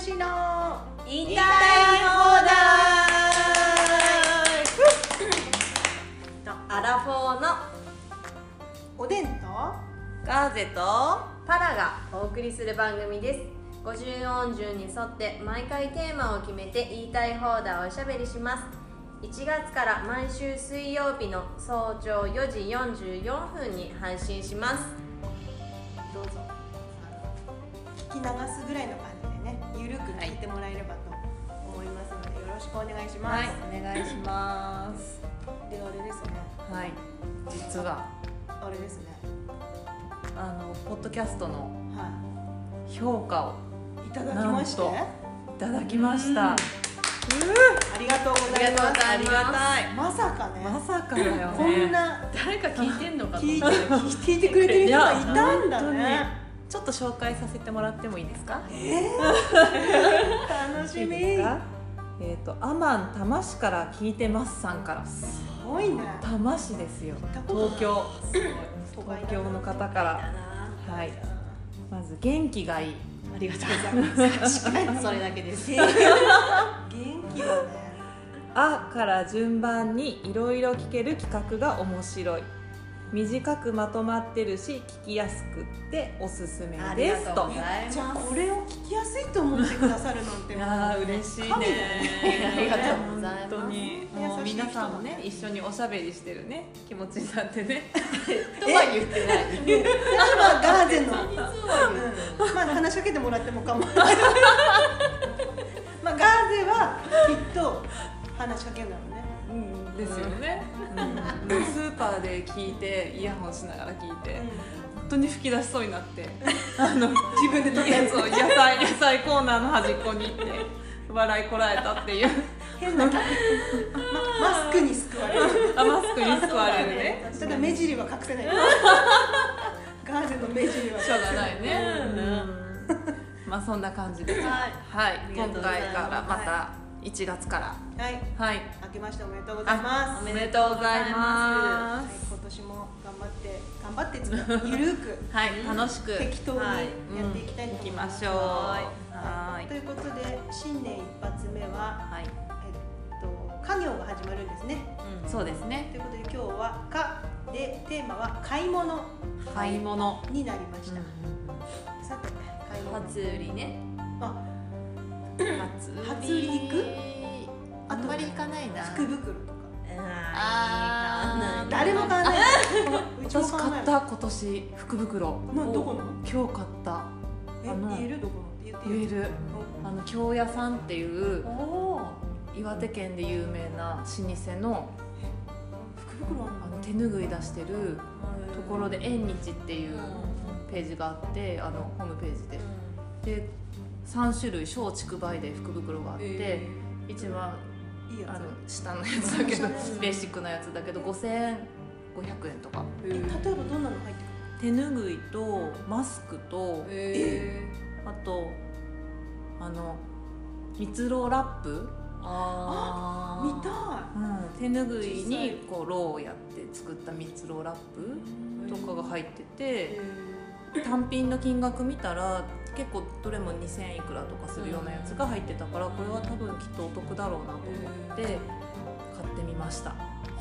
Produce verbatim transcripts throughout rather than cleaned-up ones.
しの言いたい放題アラフォーのおでんとガーゼとパラがお送りする番組です。ごじゅうよん順に沿って毎回テーマを決めて言いたい放題をおしゃべりします。いちがつから毎週水曜日の早朝よじよんじゅうよんぷんに配信します。 どうぞ聞き流すぐらいの感じでね、ゆるく聞いてもらえればと思いますので、よろしくお願いします。 はい、お願いします。 で、あれですね、 はい、実はあれですね、 あのポッドキャストのは評価をい、いただきまして、 なんといただきました。 ありがとうございます。 ありがたい。 まさかね、 まさかだよね。 こんな誰か聞いてんのかと聞いて思って聞いてくれてる人がいたんだね。 ちょっと紹介させてもらってもいいですか？ えー、楽しみ。 いいですか？えっとアマン多摩市から聞いてますさんから。 すごいね。 多摩市ですよ。東京。東京の方から。はい。まず元気がいい。 ありがとうございます。確かにそれだけです。 元気だね。 あから順番にいろいろ聞ける企画が面白い。短くまとまってるし聞きやすくっておすすめありですと。 がとうございます。 じゃあこれを聞きやすいと思ってくださるなんていやー嬉しいね。 神だね。 ありがとうございます。 本当にもう皆さんもね一緒におしゃべりしてるね気持ちになってね。 とは言ってない。 まあガーゼの、うん、まあ話しかけてもらっても構わない。まあガーゼはきっと話しかけるんだろうね。 うんですよね。うん、スーパーで聞いてイヤホンしながら聞いて、本当に吹き出しそうになって、あの自分で取ったやつそう野菜野菜コーナーの端っこに行って笑いこらえたっていう。 変な、ま、マスクに救われる。 あマスクに救われるね。 ただ目尻は隠せない。ガーゼの目尻はしょうがないね。まあそんな感じで、はい、今回からまたいちがつからはい、 はい明けましておめでとうございます。 おめでとうございまはい、 す。 今年も頑張って頑張ってつうかゆるくはい楽しく適当にやっていきたいと思います。 行きましょう。 はい。ということで新年一発目ははい、 えっと家業が始まるんですね。 そうですね。 ということで今日はかでテーマは買い物買い物になりました。さて買い物。 初売りね。 あ、 初初売り行く？ あんまり行かないな。 福袋とか。 あー誰も買わない。うちも私買わない。 買った今年福袋。 などこの？ 今日買った。 えあの言えるどこの？言って言える。あの京屋さんっていうお岩手県で有名な老舗の福袋ああの手拭い出してるところで縁日っていうページがあってあのホームページででさんしゅるい小竹梅で福袋があって、 え一番いいやあの下のやつだけどベーシックなやつだけどごせんごひゃくえんとか。 つ。え例えばどんなの入って手拭いとマスクとえあとあの蜜ろうラップ、 あくる？見たい。 うん、手拭いにこうろうをやって作った蜜ろうラップとかが入ってて単品の金額見たら結構どれもにせんいくらとかするようなやつが入ってたからこれは多分きっとお得だろうなと思って買ってみました、はい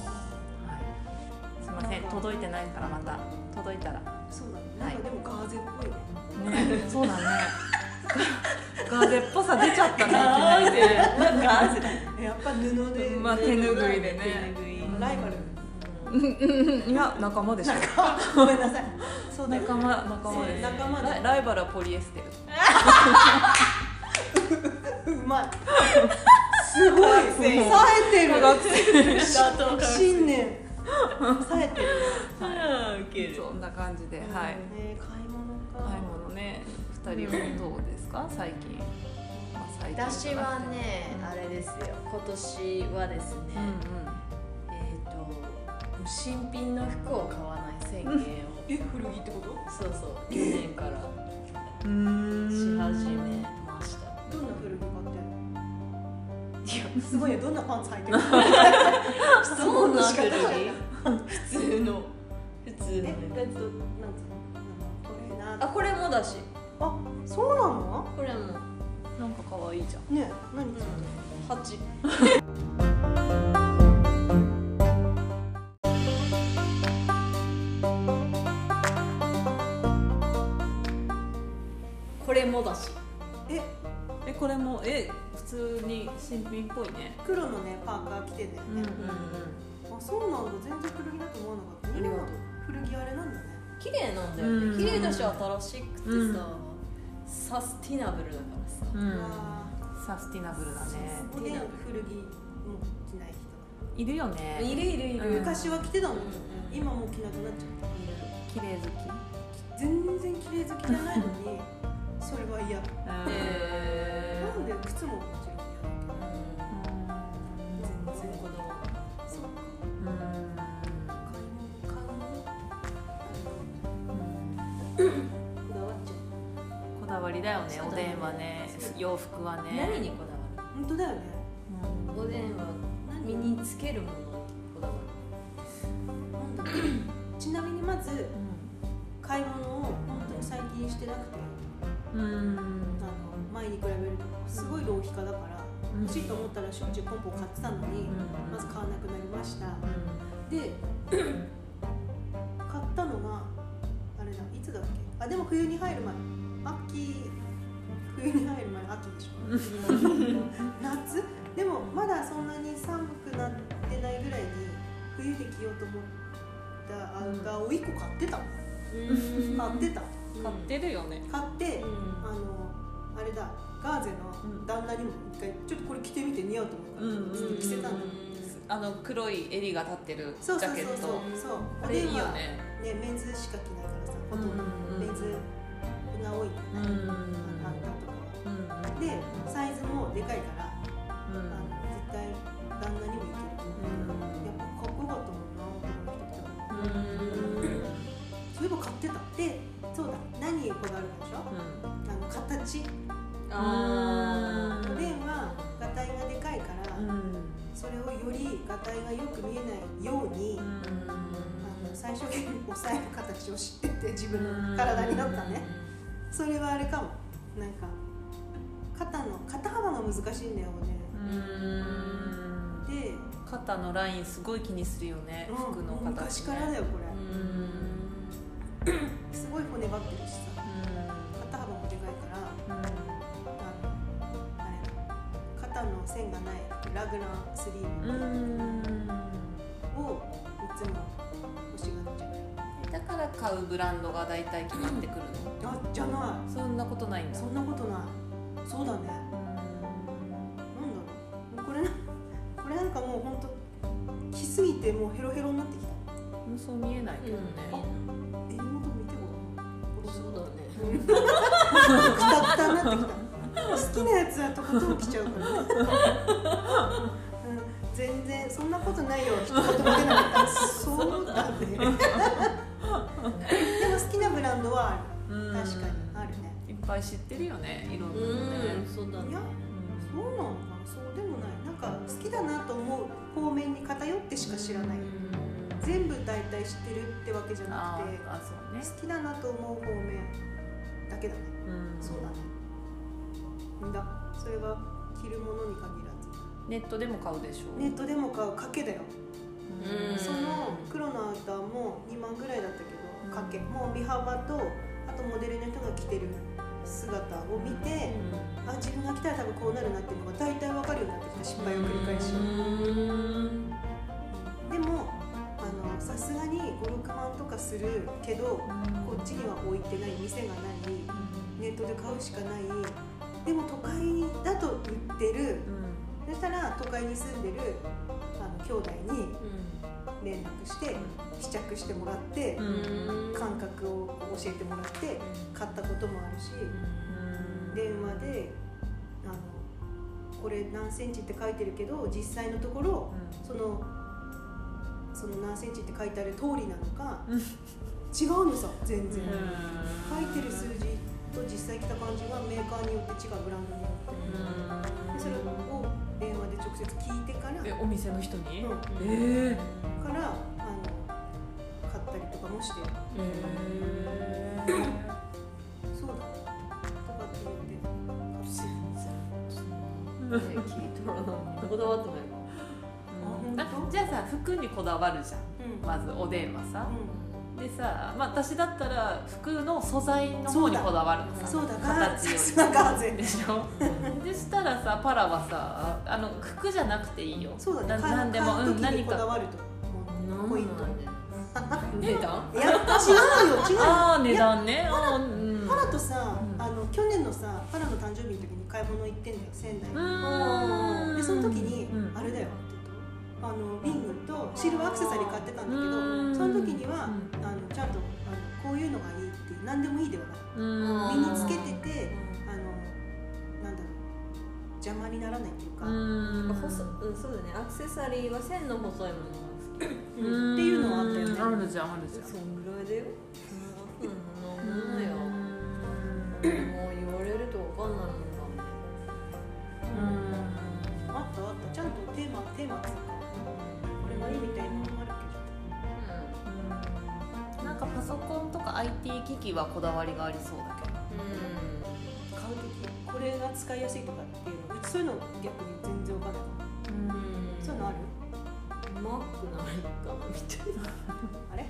、すいません届いてないからまた届いたらそうだね。なんかでもガーゼっぽいね。 ね、そうだね。ガーゼっぽさ出ちゃったね。ガーゼ、ガーゼ。 えやっぱ布で。 まあ手拭いでね。 ライバル。 いや仲間でしょ。 ごめんなさい。そうだよ。 仲間仲間です。 仲間ですライライバルはポリエステル。 うまい。すごい。冴えてる。新年。冴えてる。 あ、ウケる。 そんな感じで、はい。 ね買い物か。 買い物ね。二人はどうですか最近？まあ最近私はね、あれですよ。今年はですね、 うんえっと新品の服を買わない宣言を、 え古着ってこと？ そうそう去年からうん。 し始めました。 どんな古着買ってんの？ いや、 すごいよ。どんなパンツ履いてるの？質どんな古着？ 問の仕方が。 普通の普通のえ、 ね。 えっとなんつうの？トレーナー。 あ、これもだし、 あ、そうなの？ これもなんか可愛いじゃん。 ね、何つうの？ ハチ。これもだし。 え、 えこれもえ普通に新品っぽいね。 黒のねパーカー着てんだよね。あ、そうなんだ。全然古着だと思わなかった。 ありがとう。 古着あれなんだね。 綺麗なんだよね。 うん綺麗だし新しくてさ、 うんサスティナブルだからさ。 うん。 あサスティナブルだね。 ー、おでん古着も着ない人。 いるよね。 いるいるいる。 うん昔は着てたのに、 うんうん今もう着なくなっちゃった。 綺麗好き。 全然綺麗好きじゃないのにそれは嫌。 へなんで靴ももちろん嫌だけど、全然子供。 そうか。 うん買い物買うものこだわっちゃう。 こだわりだよね。 そうだねおでんはね、洋服はね。 何にこだわ本当だよね。 うんる？おでんは身につけるものにこだわなんだろうちなみにまず買い物を本当に最近してなくて、 うん。うん。 あの前に比べるとすごい浪費家だから、 うん欲しいと思ったらしょっちゅうポンポン買ってたのに、 うんまず買わなくなりました。 うで買ったのがあれだ、いつだっけ。あ、でも冬に入る前、秋、冬に入る前秋でしょ夏でもまだそんなに寒くなってないぐらいに冬で着ようと思ったアウターをいっこ買ってた。 る。 買ってた。 ん。買ってるよね。 買って、 うんあのあれだ、ガーゼの旦那にも一回ちょっとこれ着てみて似合うと思うから、 うんうんうん着せたんだ。 あの黒い襟が立ってるジそうそうそうャケット。 そうそう。 あれいいよおね。 でんはね、メンズしか着ないからさ、ほとんどうんメンズが多いんだよね。 うんアウターとかは。 うん。 で、サイズもでかいから、 うん。 あの絶対旦那にもいけると思う。やっぱかっこよかったもんな、男の人着たら。そういえば買ってた。で、そうだ、何にこだわるかでしょ。あの形。 あおでんはがたいがでかいから、 うん。 それをよりがたいがよく見えないように、あの最小限に抑える形を知ってて、自分の体になったね。それはあれかも。なんか肩の肩幅が難しいんだよね。 うん。 で、 肩のラインすごい気にするよね。服のうん形ね。 昔からだよこれ。 うん。 すごい骨張ってるしさ、肩幅もでかいから、あのあれ肩の線がないラグランスリーうん。 ブうん。 をいつも欲しがっちゃう。 だから買うブランドが大体決まってくるの。 あ、じゃない。 そんなことないんだ。 そんなことない。そうだね。なんだろう。これな、これなんかもう本当着すぎてもうヘロヘロになってきた。 うんそう見えないけどね。 襟元見てごらん。 そうだね。 くたくたになってきた。好きなやつはとことん着ちゃうからね。うん、全然そんなことないよ。一言も出なかった。そうだね。でも好きなブランドはある。 うん確かにあるね。 いっぱい知ってるよね。いろんなのうん、 ね。 そうだね。 いや、そうなのかな。そうでもない。なんか好きだなと思う方面に偏ってしか知らない。全部大体知ってるってわけじゃなあくて、 ーあ、そうね。 好きだなと思う方面だけだね。 うんそうだね。んだ。それが着るものに限らず、 ネットでも買うでしょ。 ネットでも買う賭けだよ。 うんその黒のアウターもにまんぐらいだったけど、賭け。もう身幅とあとモデルの人が着てる姿を見て、あ、自分が着たら多分こうなるなっていうのが大体わかるようになってきた。失敗を繰り返し。でもあのさすがにご、ろくまんとかするけど、こっちには置いてない、店がない、ネットで買うしかない。でも都会だと売ってる。そしたら都会に住んでるあの兄弟に連絡して試着してもらって、感覚を教えてもらって買ったこともあるし、電話であのこれ何センチって書いてるけど実際のところ、そのその何センチって書いてある通りなのか、違うのさ全然。書いてる数字と実際着た感じがメーカーによって違う、ブランドによって。でそれを電話で直接聞いてから、 え、お店の人に？ うんええ。 からあの買ったりとかもして、そうだとかって言って買って、 聞いたらなこだわってないか、 うん、 あじゃあさ服にこだわるじゃん、 うん、 まずおでんはさ、 うん、 でさ、まあ、私だったら服の素材の方にこだわるのさ、 そうだ形よりさすがガーゼでしょでしたらさパラはさあの服じゃなくていいよ、 そうだね、 ななんでも、 買う時うん、何かにこだわるとポイント値段いや違うよ違うよああ値段ねパラあー、うん、 パラとさ、 うんあの去年のさパラの誕生日の時に買い物行ってんだよ仙台うにーんでその時に、 うんあれだよあのリングとシルバーアクセサリー買ってたんだけどうんその時には、 うんあのちゃんとあのこういうのがいいって何でもいいではないうん身につけててあのなんだろう邪魔にならないっていうか、 ううんん細うんそうだねアクセサリーは線の細いものが好きっていうのはあったよねあるじゃんあるじゃんそんぐらいだようんそんなものよもう言われると分かんないもんなあったあったちゃんとテーマテーマがさこれがいいみたいなのもあるなんかパソコンとか アイティー 機器はこだわりがありそうだけどけど買う時これが使いやすいとかっていうのうちそういうの逆に全然わかんないうんそういうのあるマックないかなみたいなあれ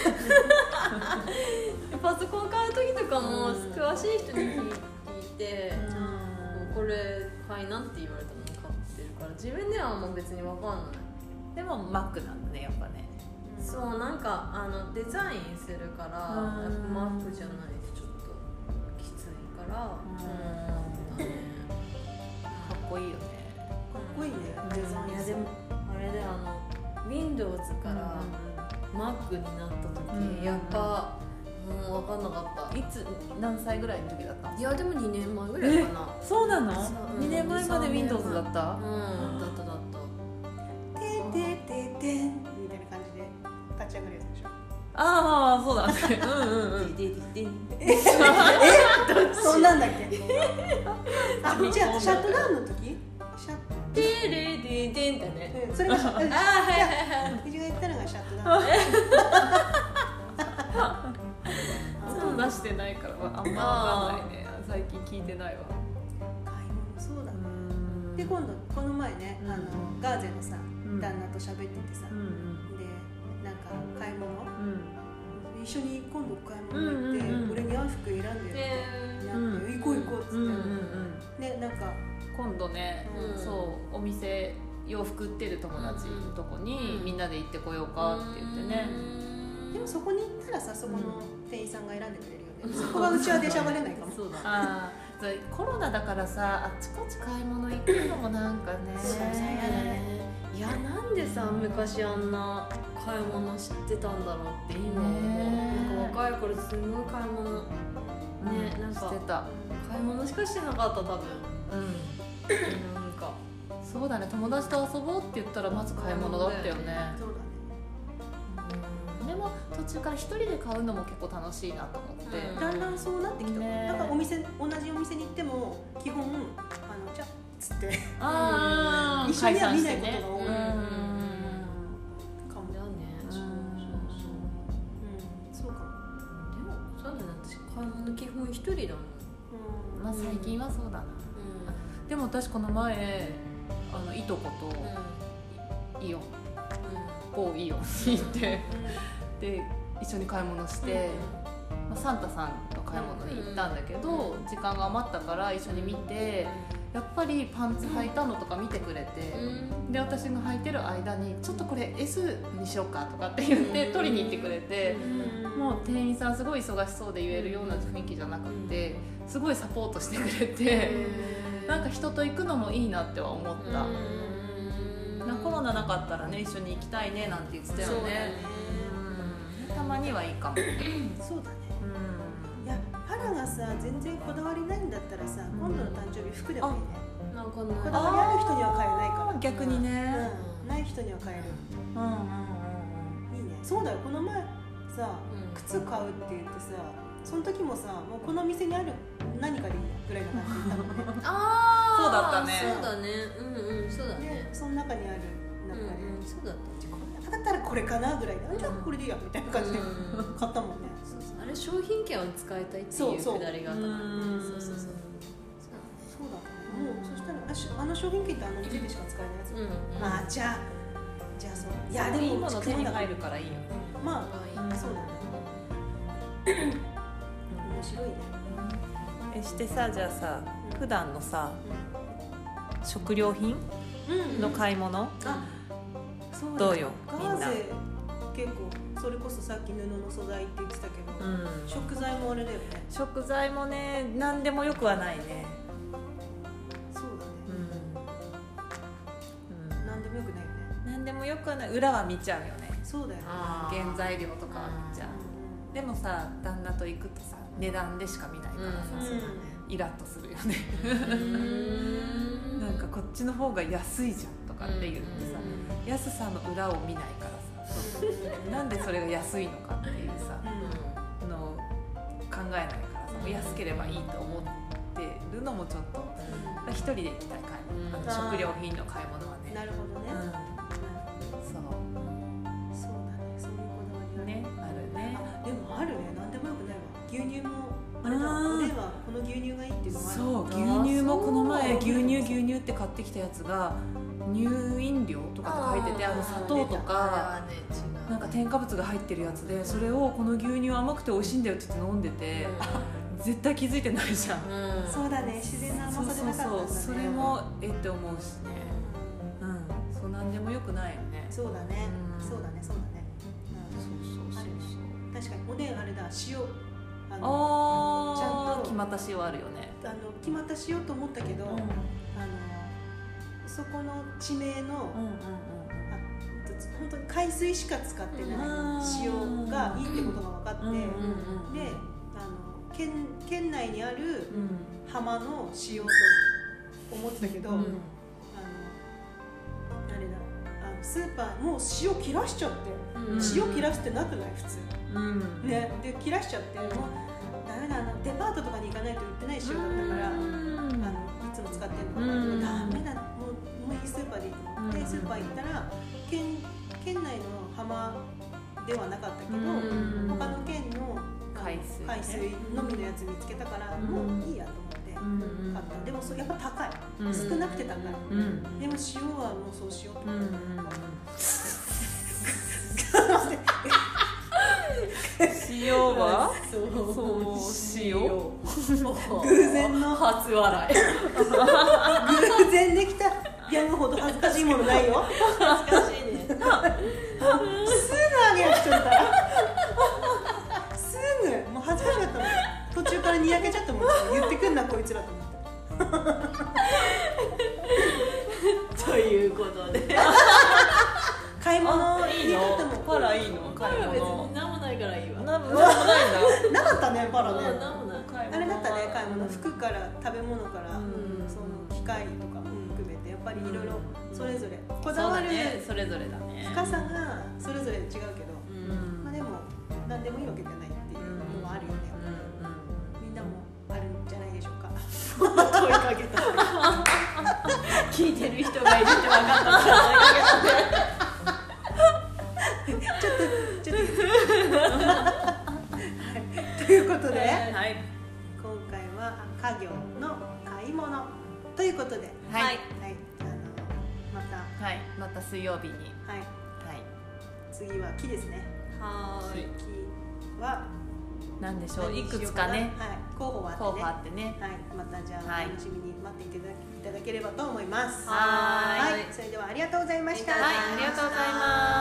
パソコン買う時とかも詳しい人に聞いてこれ買いなって言われたもの買ってるから自分ではもう別に分かんないでもマックなんだねやっぱねそうなんかあのデザインするからやっぱマックじゃないとちょっときついからうんだねかっこいいよねかっこいいねデザインいやでもあれであの Windows から Mac になった時、 うんやっぱもう分かんなかったいつ何歳ぐらいの時だったのいやでもにねんまえぐらいかなそうなのそうにねんまえまでに Windows だったうんだっただったてんてんてんてんみたいな感じで立ち上がるやつでしょああそうだねうんうんうんででででえそんなんだっけあじゃあシャットダウンの時シャッでれででんだねうんそれがシャットダウンあはいはいはいうちが言ったのがシャットダウン音出してないからあんま分かんないね最近聞いてないわ買い物そうだねで今度この前ねあのガーゼのさん旦那と喋っててさうんうんでなんか買い物うん一緒に今度買い物行って、 うんうんうん俺に合う服選んでよってでなって、行こう行こうっつって、 うんうんうんでなんか今度ね、 うんそうお店洋服売ってる友達のとこに、 うんみんなで行ってこようかって言ってね、 でもそこに行ったらさそこの店員さんが選んでくれるよね、そこはうちは出しゃばれないかもそうだああそうコロナだからさあっちこっち買い物行くのもなんかねそうそう嫌だねいやなんでさ昔あんな買い物知ってたんだろうって今思う、 ねなんか若い頃すごい買い物ね、 うんなんかしてた買い物しかしてなかった多分うんなんかそうだね友達と遊ぼうって言ったらまず買い物だったよねそうだねでも途中から一人で買うのも結構楽しいなと思って、 うんだんだんそうなってきた、 ねだからお店同じお店に行っても基本あのじゃあっつってああ一緒には見ないことが多い、 うんかも、 だねうんそうそうそううん、そうかも、 でもそうだね私買い物基本一人だもんうんまあ最近はそうだな、 うでも私この前あのいとことんイオン某イオンに行ってで一緒に買い物して、まあ、サンタさんの買い物に行ったんだけど、時間が余ったから一緒に見てやっぱりパンツ履いたのとか見てくれて、で私が履いてる間にちょっとこれ エス にしようかとかって言って取りに行ってくれて、もう店員さんすごい忙しそうで言えるような雰囲気じゃなくてすごいサポートしてくれて、なんか人と行くのもいいなっては思った、なコロナなかったらね一緒に行きたいねなんて言ってたよね、 そうだねうんたまにはいいかも、 そうだねうんいやパラがさ全然こだわりないんだったらさ、 うん今度の誕生日服でもいいねなんかこだわりある人には買えないからあー逆にね、 うん、ない人には買えるうんうんうんいいねそうだよこの前さ靴買うって言ってさその時もさもうこの店にある何かでいいやぐらいの感じで言ったもんねあそうだったねそうだねうんうんそうだねでその中にある中で、 うんうんそうだったこの中だったらこれかなぐらいで、じゃあこれでいいやみたいな感じでうん買ったもんね、 そうそうあれ商品券を使いたいっていうそうそうくだりがあったからねうんそうそうそうそうだったねもうそしたらあしあの商品券ってあの店でしか使えないやつ、 うんうんまあじゃあじゃあそういやでもいいもの手に熊だ入るからいいよね。 まあ、 うんそうだね面白いね、 えしてさじゃあさうん普段のさ食料品うんの買い物、 あそうだどうよガみんなーゼ結構それこそさっき布の素材って言ってたけど、 うん、 食材もあれだよね食材もね何でもよくはないね。 そうだね、 うん、うん、 なんでもよくないよね何でもよくはない。裏は見ちゃうよね。 そうだよねあー原材料とかは見ちゃう。 うでもさ旦那と行くとさ値段でしか見ないからさ、 んうんイラッとするよね。 うんなんかこっちの方が安いじゃんとかって言ってさ、安さの裏を見ないからさ、なんでそれが安いのかっていうさうんのを考えないからさ、もう安ければいいと思ってるのもちょっと一人で行きたい買い物、 うんあの食料品の買い物はね。 なるほどね、 うん、そそうだねそういうこだわりがうねあるね。 あでもあるねなんでもよくないわ牛乳もあれだあーおでんはこの牛乳がいいっていうのもあるそうあー牛乳もこの前そう牛乳牛乳って買ってきたやつが乳飲料とかって書いてて、 あーあの砂糖とかあれはね違うなんか添加物が入ってるやつで、それをこの牛乳甘くて美味しいんだよって言って飲んでて、絶対気づいてないじゃん。 うんそうだね自然なそう甘さじゃなかったんだねそうそうそれもえって思うしね。うんそうなんでもよくないよね。 そうだねうんそうだねそうだねそうそうそううん確かにおでんあれだ塩あのあちゃんとあ決まった塩あるよね。 あの決まった塩と思ったけど、あのそこの地名の、 うんうんあ本当に海水しか使ってない塩がいいってことが分かって、 うんうんうんであの 県, 県内にあるうんうん浜の塩と思ってたけど、 うんあのあれだあのスーパーもう塩切らしちゃって、 うん塩切らしてなくない普通、 うんね、で切らしちゃってもうダメだあのデパートとかに行かないと売ってない塩だったから、あのいつも使ってるのが、 うんダメだもうもういいスーパーでいいと思って、 うんスーパー行ったら県県内の浜ではなかったけど、 うん他の県の海水ね海水のみのやつ見つけたから、 うんもういいやと思ってうん買った。でもそやっぱ高い、 うん少なくて高い、 うんでも塩はもうそうしようとうん思って、 塩はそうそう塩偶然の初笑い偶然できたギャグほど恥ずかしいものないよ。 恥ずかしいねすぐあげやしちゃったらすぐもう恥ずかしかったもん。途中からにやけちゃったもん。言ってくんなこいつらと思って。 ということで買い物いいの行ったもん。 パラいいのこれは別買い物に何もないからいいわなんもないんだなかったねパラね。 何もない買い物あれだったね買い物服から食べ物から、 うんその機械とかも含めてやっぱりいろいろそれぞれこそうだだわるねそれぞれだね深さがそれぞれ違うけど、 うんまあでも何でもいいわけじゃないっていうのもあるよね。みんなもあるんじゃないでしょうか。 問いかけた聞いてる人がいるって分かったから問いかちょっとちょっとはいということで、 はい今回は家業の買い物ということで、 はいはい、あのまたはいまた水曜日にはいはい次は木ですね。 けたはーい木はなんでしょういく何にしようつかねはい、候補はあってね。 候補あってねはい、またじゃあはいお楽しみに待っていただいただければと思います。 はーいはい、それではありがとうございました。 はいありがとうございます